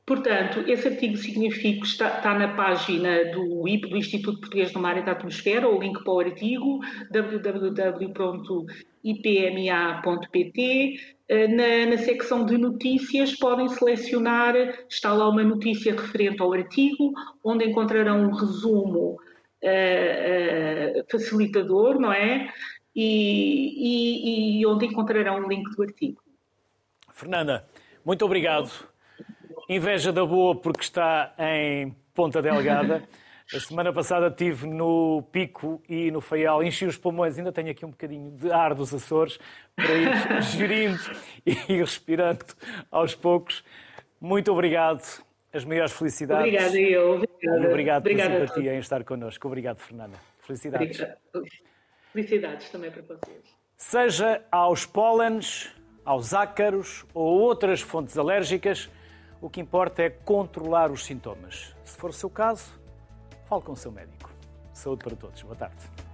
Portanto, esse artigo científico está, está na página do I P, do Instituto Português do Mar e da Atmosfera, o link para o artigo, w w w ponto i p m a ponto p t. Na, na secção de notícias podem selecionar, está lá uma notícia referente ao artigo, onde encontrarão um resumo uh, uh, facilitador, não é? E, e, e onde encontrarão o link do artigo. Fernanda, muito obrigado. Inveja da boa porque está em Ponta Delgada. A semana passada estive no Pico e no Faial, enchi os pulmões, ainda tenho aqui um bocadinho de ar dos Açores para ir gerindo e respirando aos poucos. Muito obrigado, as maiores felicidades. Obrigada eu. Obrigada. E obrigado pela simpatia em estar connosco. Obrigado, Fernanda. Felicidades. Obrigada. Felicidades também para vocês. Seja aos pólenes, aos ácaros ou outras fontes alérgicas, o que importa é controlar os sintomas. Se for o seu caso, fale com o seu médico. Saúde para todos. Boa tarde.